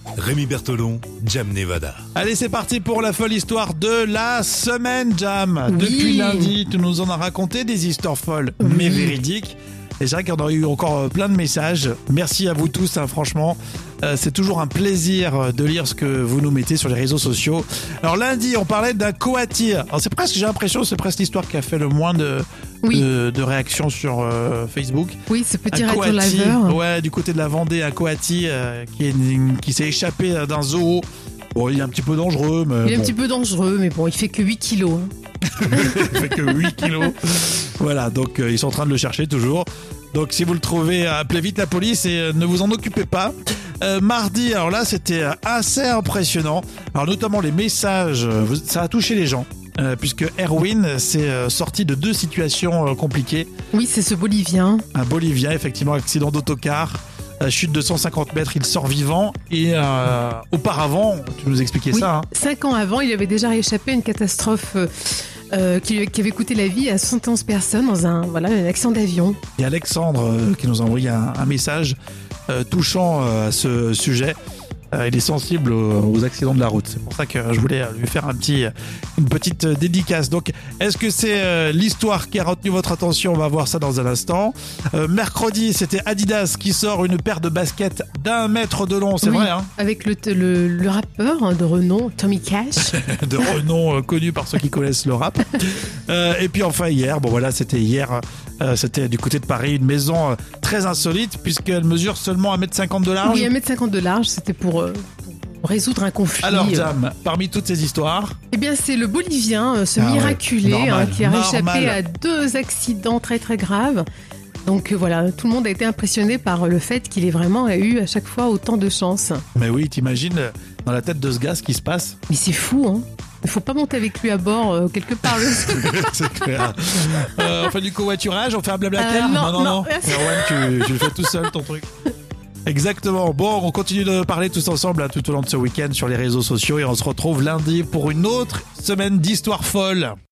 Rémi Bertolon, Jam Nevada. Allez, c'est parti pour la folle histoire de la semaine, Jam. Oui. Depuis lundi, tu nous en as raconté des histoires folles, mais véridiques. Et c'est vrai qu'il y en a eu encore plein de messages. Merci à vous tous, franchement. C'est toujours un plaisir de lire ce que vous nous mettez sur les réseaux sociaux. Alors lundi, on parlait d'un coati. Alors c'est presque, j'ai l'impression, c'est presque l'histoire qui a fait le moins de réactions sur Facebook. Oui, ce petit Un radio coati, laveur. ouais, du côté de la Vendée, un coati qui s'est échappé d'un zoo. Bon, il est un petit peu dangereux, mais Il est bon. un petit peu dangereux, mais bon, il fait que 8 kilos. Hein. Il fait que 8 kilos. Voilà, donc ils sont en train de le chercher toujours. Donc si vous le trouvez, appelez vite la police et ne vous en occupez pas. Mardi, alors là c'était assez impressionnant. Alors notamment les messages, ça a touché les gens. Puisque Erwin s'est sorti de 2 situations compliquées. Oui, c'est ce Bolivien. Un Bolivien, effectivement, accident d'autocar. Chute de 150 mètres, il sort vivant. Et auparavant, tu nous expliquais Oui, ça. Hein. 5 ans avant, il avait déjà échappé à une catastrophe qui avait coûté la vie à 71 personnes dans un accident d'avion. Et Alexandre qui nous a envoyé un message touchant à ce sujet. Il est sensible aux accidents de la route. C'est pour ça que je voulais lui faire une petite dédicace. Donc, est-ce que c'est l'histoire qui a retenu votre attention? On va voir ça dans un instant. Mercredi, c'était Adidas qui sort une paire de baskets d'1 mètre de long. C'est Oui, vrai, hein? Avec le rappeur de renom, Tommy Cash. De renom connu par ceux qui connaissent le rap. Et puis enfin hier, c'était hier, c'était du côté de Paris, une maison très insolite puisqu'elle mesure seulement 1,50 m de large. Oui, 1,50 m de large, c'était pour résoudre un conflit. Alors Jam, parmi toutes ces histoires, Eh bien, c'est le Bolivien, ce Ah ouais, miraculé, normal, qui a réchappé normal. à 2 accidents très très graves. Donc voilà, tout le monde a été impressionné par le fait qu'il ait vraiment eu à chaque fois autant de chance. mais oui, t'imagines dans la tête de ce gars ce qui se passe? Mais c'est fou, hein. Il faut pas monter avec lui à bord quelque part. C'est clair. On fait du covoiturage, on fait un blablacar? Non. Erwan, tu le fais tout seul ton truc. Exactement. Bon, on continue de parler tous ensemble tout au long de ce week-end sur les réseaux sociaux et on se retrouve lundi pour une autre semaine d'histoires folles.